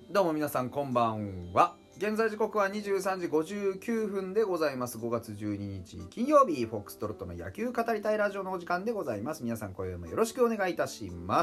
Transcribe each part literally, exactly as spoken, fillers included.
どうも皆さんこんばんは。現在時刻はにじゅうさんじごじゅうきゅうふんでございます。ごがつじゅうににち金曜日、フォックストロットの野球語りたいラジオのお時間でございます。皆さん今夜もよろしくお願いいたします。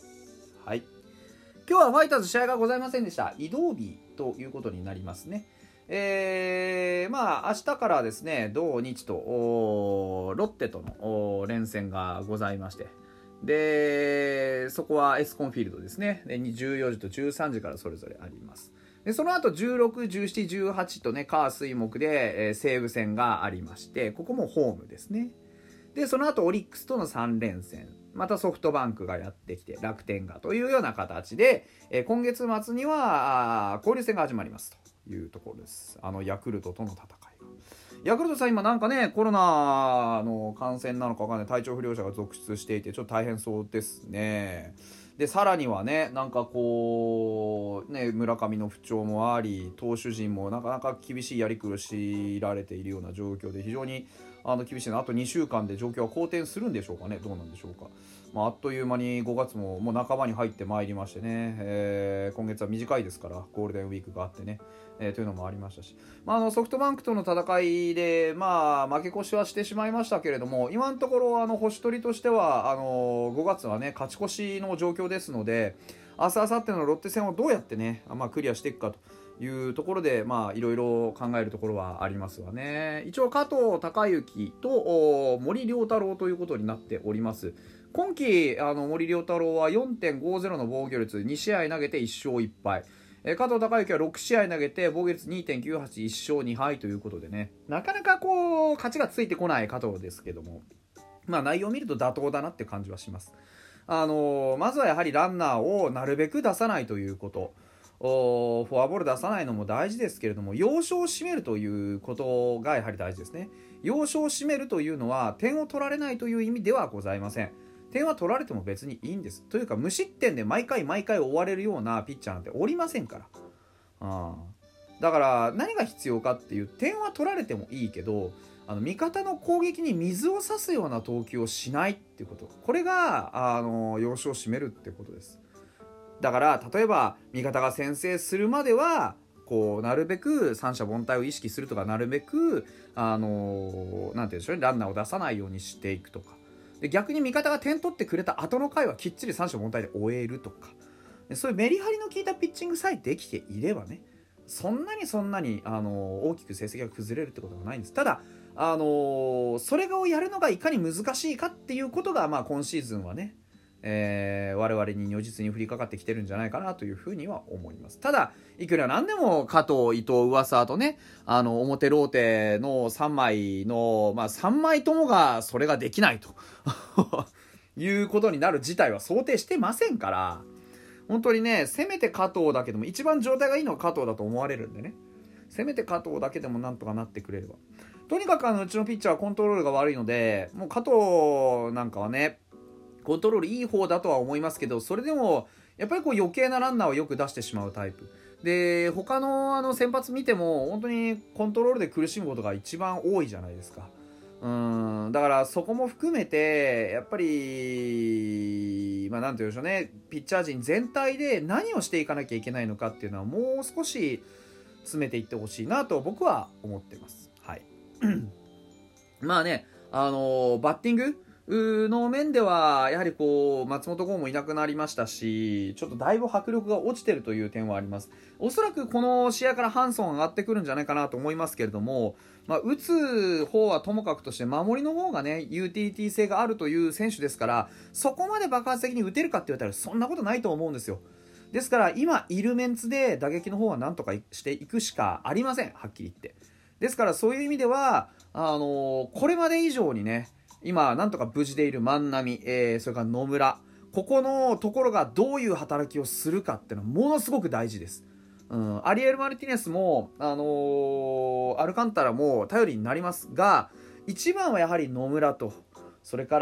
はい、今日はファイターズ試合がございませんでした。移動日ということになりますね。えー、まあ明日からですね、土日とロッテとの連戦がございまして、でそこはエスコンフィールドですね。でじゅうよじとじゅうさんじからそれぞれあります。でその後じゅうろく、じゅうしち、じゅうはちとね、火水木で、えー、西武戦がありまして、ここもホームですね。でその後オリックスとのさん連戦、またソフトバンクがやってきて楽天がというような形で、えー、今月末には交流戦が始まりますというところです。あのヤクルトとの戦いが、ヤクルトさん今なんかね、コロナの感染なのか分かんない体調不良者が続出していてちょっと大変そうですね。でさらにはね、なんかこうね、村上の不調もあり、投手陣もなかなか厳しいやりくりを強られているような状況で、非常にあの厳しいな。あとにしゅうかんで状況は好転するんでしょうかね。どうなんでしょうか。まあ、あっという間にごがつももう半ばに入ってまいりましてね、えー、今月は短いですからゴールデンウィークがあってね、えー、というのもありましたし、まあ、あのソフトバンクとの戦いで、まあ、負け越しはしてしまいましたけれども、今のところあの星取りとしてはあのごがつはね勝ち越しの状況ですので、明日明後日のロッテ戦をどうやってね、まあ、クリアしていくかというところで、まあいろいろ考えるところはありますわね。一応加藤貴之と森遼太郎ということになっております。今季あの森遼太郎は よんてんごゼロ の防御率、にしあい投げていっしょういっぱい、え加藤貴之はろくしあい投げて防御率 にてんきゅうはち、いっしょうにはいということでね、なかなかこう勝ちがついてこない加藤ですけども、まあ内容を見ると妥当だなって感じはします。あのまずはやはりランナーをなるべく出さないということ、フォアボール出さないのも大事ですけれども、要所を締めるということがやはり大事ですね。要所を締めるというのは点を取られないという意味ではございません。点は取られても別にいいんです。というか無失点で毎回毎回終われるようなピッチャーなんておりませんから。あだから何が必要かっていう、点は取られてもいいけど、あの味方の攻撃に水を差すような投球をしないっていうこと、これがあの要所を締めるってことです。だから例えば味方が先制するまではこうなるべく三者凡退を意識するとか、なるべくあのなんていうんでしょうね、ランナーを出さないようにしていくとか、で逆に味方が点取ってくれた後の回はきっちり三者凡退で終えるとか、でそういうメリハリの効いたピッチングさえできていればね、そんなにそんなにあの大きく成績が崩れるってことはないんです。ただあのそれをやるのがいかに難しいかっていうことが、まあ、今シーズンはね、えー、我々に如実に降りかかってきてるんじゃないかなというふうには思います。ただいくらなんでも加藤、伊藤、上沢とね、あの表ローテのさんまいの、まあ、さんまいともがそれができないということになる事態は想定してませんから、本当にね、せめて加藤だけでも、一番状態がいいのは加藤だと思われるんでね、せめて加藤だけでもなんとかなってくれれば。とにかくあのうちのピッチャーはコントロールが悪いので、もう加藤なんかはねコントロールいい方だとは思いますけど、それでもやっぱりこう余計なランナーをよく出してしまうタイプで、他のあの先発見ても本当にコントロールで苦しむことが一番多いじゃないですか。うーんだからそこも含めてやっぱりまあなんて言うんでしょうね、ピッチャー陣全体で何をしていかなきゃいけないのかっていうのはもう少し詰めていってほしいなと僕は思ってます。はいまあね、あのー、バッティングの面ではやはりこう松本剛もいなくなりましたし、ちょっとだいぶ迫力が落ちてるという点はあります。おそらくこの試合からハンソン上がってくるんじゃないかなと思いますけれども、まあ、打つ方はともかくとして守りの方がねユーティリティ性があるという選手ですから、そこまで爆発的に打てるかって言われたらそんなことないと思うんですよ。ですから今いるメンツで打撃の方はなんとかしていくしかありません、はっきり言って。ですからそういう意味ではあのー、これまで以上にね、今なんとか無事でいる万波、えー、それから野村、ここのところがどういう働きをするかっていうのはものすごく大事です。うん、アリエル・マルティネスも、あのー、アルカンタラも頼りになりますが、一番はやはり野村と、それから、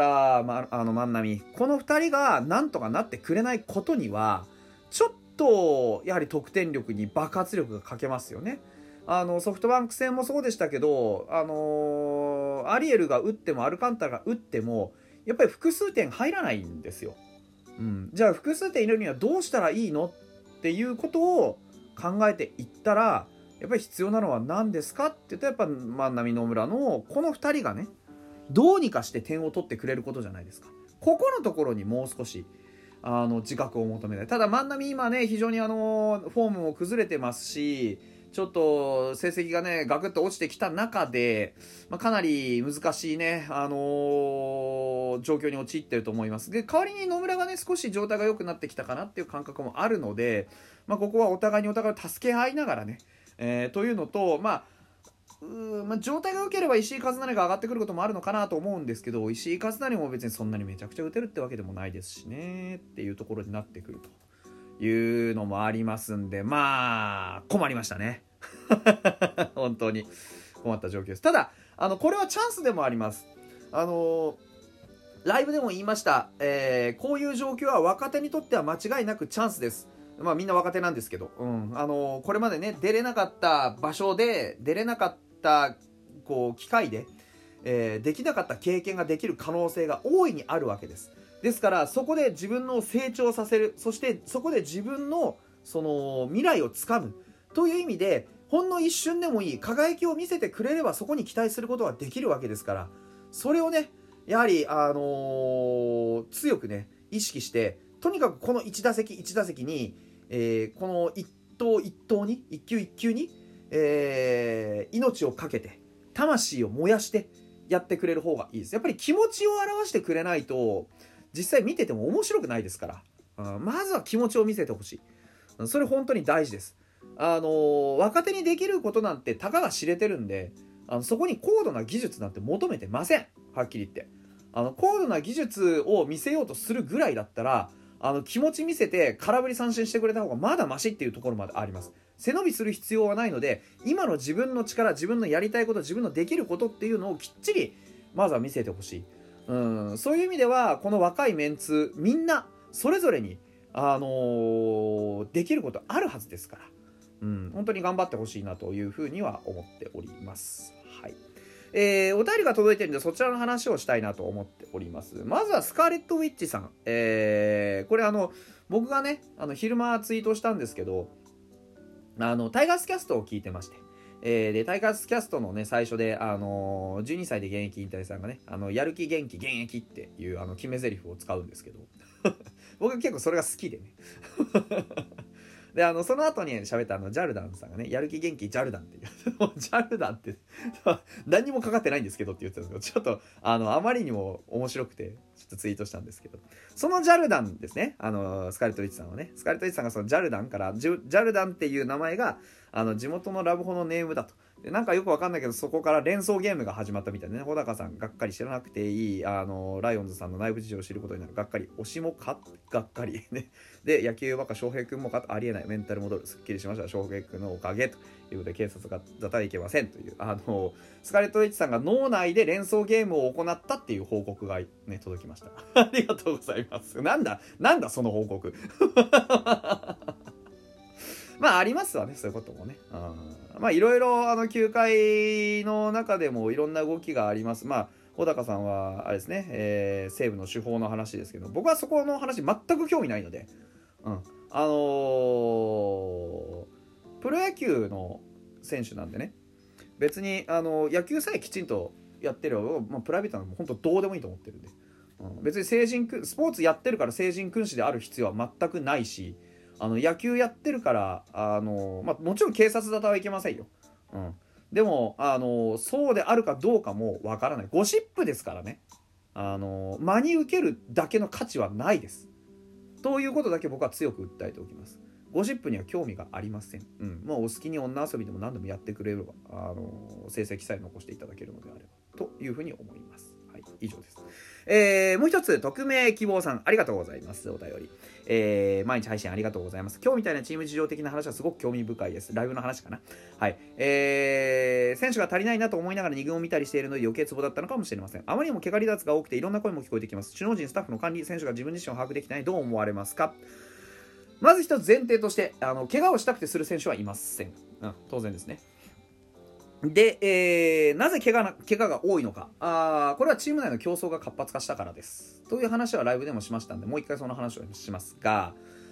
ま、あの万波、このふたりがなんとかなってくれないことにはちょっとやはり得点力に爆発力が欠けますよね。あのソフトバンク戦もそうでしたけど、あのー、アリエルが打ってもアルカンタラが打ってもやっぱり複数点入らないんですよ。うん、じゃあ複数点入れるにはどうしたらいいのっっていうことを考えていったら、やっぱり必要なのは何ですかって言ったら、やっぱ万波野村のこのふたりがね、どうにかして点を取ってくれることじゃないですか。ここのところにもう少しあの自覚を求めたい。ただ万波今ね、非常にあのフォームも崩れてますし、ちょっと成績がねガクッと落ちてきた中で、まあ、かなり難しいね、あのー、状況に陥ってると思います。で、代わりに野村がね少し状態が良くなってきたかなっていう感覚もあるので、まあ、ここはお互いにお互いを助け合いながらね、えー、というのと、まあうーまあ、状態が良ければ石井一成が上がってくることもあるのかなと思うんですけど、石井一成も別にそんなにめちゃくちゃ打てるってわけでもないですしねっていうところになってくるというのもありますんで、まあ困りましたね本当に困った状況です。ただあのこれはチャンスでもあります。あのライブでも言いました、えー、こういう状況は若手にとっては間違いなくチャンスです。まあみんな若手なんですけど、うん、あのこれまでね出れなかった場所で出れなかったこう機会で、えー、できなかった経験ができる可能性が大いにあるわけです。ですからそこで自分の成長させる、そしてそこで自分のその未来をつかむという意味で、ほんの一瞬でもいい輝きを見せてくれればそこに期待することができるわけですから、それをねやはり、あのー、強くね意識して、とにかくこのいち打席いち打席に、えー、この一投一投に一球一球に、えー、命をかけて魂を燃やしてやってくれる方がいいです。やっぱり気持ちを表してくれないと実際見てても面白くないですから、うん、まずは気持ちを見せてほしい。それ本当に大事です。あのー、若手にできることなんてたかが知れてるんで、あのそこに高度な技術なんて求めてません。はっきり言って、あの高度な技術を見せようとするぐらいだったら、あの気持ち見せて空振り三振してくれた方がまだマシっていうところまであります。背伸びする必要はないので、今の自分の力、自分のやりたいこと、自分のできることっていうのをきっちりまずは見せてほしい。うん、そういう意味ではこの若いメンツみんなそれぞれに、あのー、できることあるはずですから、うん、本当に頑張ってほしいなというふうには思っております。はい。えー、お便りが届いてるんでそちらの話をしたいなと思っております。まずはスカーレットウィッチさん、えー、これあの僕がねあの昼間ツイートしたんですけど、あのタイガースキャストを聞いてまして、えー、でタイガースキャストのね最初で、あのー、じゅうにさいで現役引退さんがね、あのやる気元気現役っていうあの決め台詞を使うんですけど僕は結構それが好きでねであのその後に喋ったあのジャルダンさんがね、やる気元気ジャルダンっていうジャルダンって何にもかかってないんですけどって言ってたんですけど、ちょっとあのあまりにも面白くてちょっとツイートしたんですけど、そのジャルダンですね、あのスカーレット・リッチさんはね、スカーレット・リッチさんがそのジャルダンからジャルダンっていう名前があの地元のラブホのネームだと。でなんかよくわかんないけど、そこから連想ゲームが始まったみたいなね。穂高さんがっかり、知らなくていいあのライオンズさんの内部事情を知ることになるがっかり、推しもかがっかりね。で野球ばっか翔平君もかありえない、メンタル戻る、すっきりしました翔平君のおかげということで、警察がざたいけませんという、あのスカーレット・ウィッチさんが脳内で連想ゲームを行ったっていう報告がね届きましたありがとうございます。なんだなんだその報告まあありますわね、そういうこともね。うん、まあいろいろあの球界の中でもいろんな動きがあります。まあ穂高さんはあれですね、えー、西武の手法の話ですけど、僕はそこの話全く興味ないので、うん、あのー、プロ野球の選手なんでね、別にあの野球さえきちんとやってれば、まあ、プライベートはもう本当どうでもいいと思ってるんで、うん、別に成人スポーツやってるから成人君子である必要は全くないし、あの野球やってるからあの、まあ、もちろん警察沙汰はいけませんよ、うん、でもあのそうであるかどうかもわからない。ゴシップですからね、あの真に受けるだけの価値はないですということだけ僕は強く訴えておきます。ゴシップには興味がありません、うん、もうお好きに女遊びでも何でもやってくれれば、あの成績さえ残していただけるのであればというふうに思います。はい、以上です。えー、もう一つ、匿名希望さん、ありがとうございます。お便り。えー、毎日配信ありがとうございます。今日みたいなチーム事情的な話はすごく興味深いです。ライブの話かな。はい。えー、選手が足りないなと思いながらに軍を見たりしているので余計ツボだったのかもしれません。あまりにも怪我離脱が多くていろんな声も聞こえてきます。首脳陣、スタッフの管理、選手が自分自身を把握できない、どう思われますか？まず一つ前提として、あの怪我をしたくてする選手はいません。うん、当然ですね。で、えー、なぜ怪我な怪我が多いのか。あこれはチーム内の競争が活発化したからですという話はライブでもしましたんで、もう一回その話をしますが、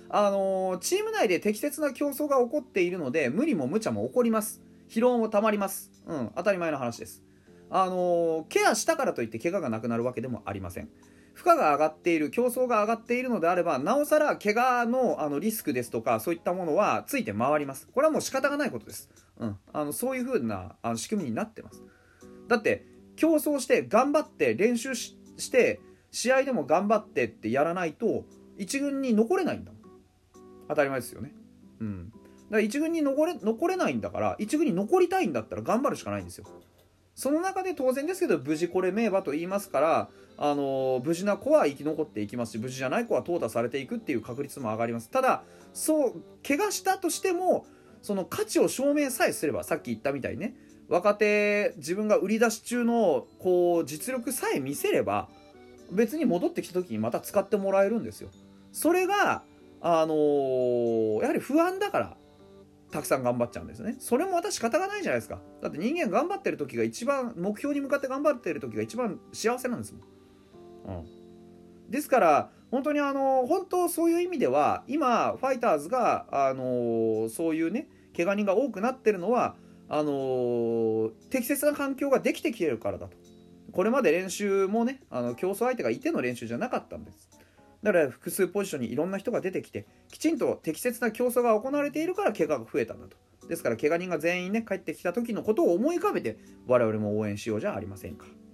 あのーチーム内で適切な競争が起こっているので、無理も無茶も起こります。疲労もたまります。うん、当たり前の話です。あのーケアしたからといって怪我がなくなるわけでもありません。負荷が上がっている、競争が上がっているのであれば、なおさら怪我の、あのリスクですとか、そういったものはついて回ります。これはもう仕方がないことです。うん、あのそういう風なあの仕組みになってます。だって競争して頑張って練習 し, して試合でも頑張ってってやらないと一軍に残れないんだもん。当たり前ですよね。うん。だから一軍に残れ残れないんだから、一軍に残りたいんだったら頑張るしかないんですよ。その中で当然ですけど、無事これ名馬と言いますから、あの無事な子は生き残っていきますし、無事じゃない子は淘汰されていくっていう確率も上がります。ただそう怪我したとしても、その価値を証明さえすれば、さっき言ったみたいにね、若手自分が売り出し中のこう実力さえ見せれば、別に戻ってきた時にまた使ってもらえるんですよ。それがあのーやはり不安だからたくさん頑張っちゃうんですね。それも私仕方がないじゃないですか。だって人間頑張ってる時が一番、目標に向かって頑張ってる時が一番幸せなんですもん。うん、ですから本当にあの本当そういう意味では、今ファイターズがあのそういうね怪我人が多くなってるのは、あの適切な環境ができてきてるからだと。これまで練習もね、あの競争相手がいての練習じゃなかったんです。だから複数ポジションにいろんな人が出てきて、きちんと適切な競争が行われているから怪我が増えたんだと。ですから怪我人が全員ね帰ってきた時のことを思い浮かべて、我々も応援しようじゃありませんか。